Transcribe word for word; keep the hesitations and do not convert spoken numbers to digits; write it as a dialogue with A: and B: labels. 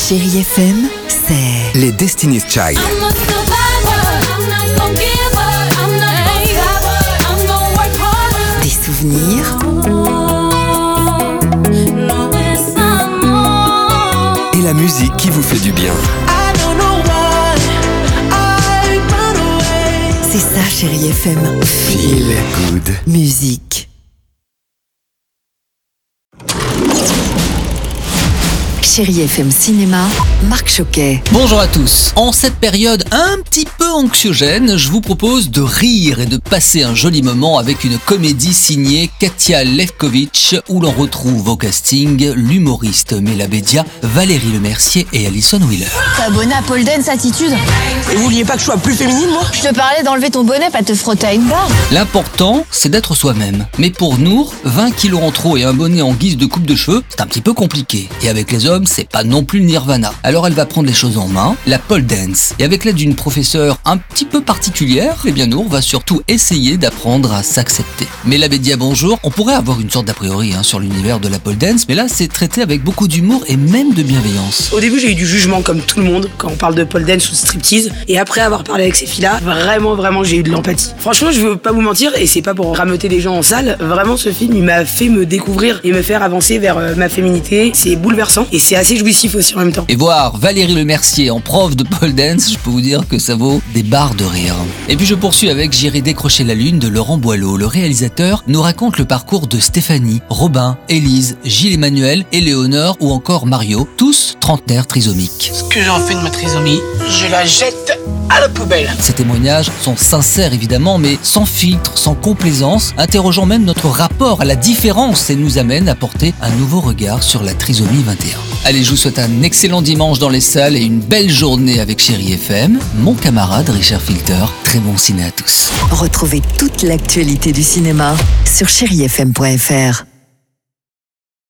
A: Chérie F M, c'est
B: les Destiny's Child.
A: Des souvenirs
B: Et la musique qui vous fait du bien.
A: C'est ça, Chérie F M.
B: Feel good.
A: Musique. Chérie F M Cinéma, Marc Choquet.
C: Bonjour à tous. En cette période un petit peu anxiogène, je vous propose de rire et de passer un joli moment avec une comédie signée Katia Lefkovitch où l'on retrouve au casting l'humoriste Mélabédia, Valérie Lemercier et Alison Wheeler.
D: T'es abonné à Pole Dance Attitude?
E: Et vous vouliez pas que je sois plus féminine, moi?
D: Je te parlais d'enlever ton bonnet, pas de te frotter à une barre.
C: L'important, c'est d'être soi-même. Mais pour Nour, vingt kilos en trop et un bonnet en guise de coupe de cheveux, c'est un petit peu compliqué. Et avec les hommes, c'est pas non plus le nirvana. Alors elle va prendre les choses en main, la pole dance. Et avec l'aide d'une professeure un petit peu particulière, eh bien Nour va surtout essayer d'apprendre à s'accepter. Mélabédia, bonjour. On pourrait avoir une sorte d'a priori hein, sur l'univers de la pole dance, mais là c'est traité avec beaucoup d'humour et même de bienveillance.
E: Au début, j'ai eu du jugement comme tout le monde quand on parle de pole dance ou de striptease. Et après avoir parlé avec ces filles-là, vraiment, vraiment, j'ai eu de l'empathie. Franchement, je veux pas vous mentir, et c'est pas pour rameuter les gens en salle, vraiment ce film, il m'a fait me découvrir et me faire avancer vers euh, ma féminité. C'est bouleversant et c'est assez jouissif aussi en même temps.
C: Et voir Valérie Lemercier en prof de pole dance, je peux vous dire que ça vaut des barres de rire. Et puis je poursuis avec J'irai décrocher la lune de Laurent Boileau. Le réalisateur nous raconte le parcours de Stéphanie, Robin, Élise, Gilles-Emmanuel, Éléonore ou encore Mario, tous trentenaires trisomiques.
F: Ce que j'en fais de ma trisomie, je la jette à la poubelle.
C: Ces témoignages sont sincères évidemment, mais sans filtre, sans complaisance, interrogeant même notre rapport à la différence et nous amène à porter un nouveau regard sur la trisomie vingt et un. Allez, je vous souhaite un excellent dimanche dans les salles et une belle journée avec Chérie F M. Mon camarade Richard Filter, très bon ciné à tous.
A: Retrouvez toute l'actualité du cinéma sur chérie f m point f r.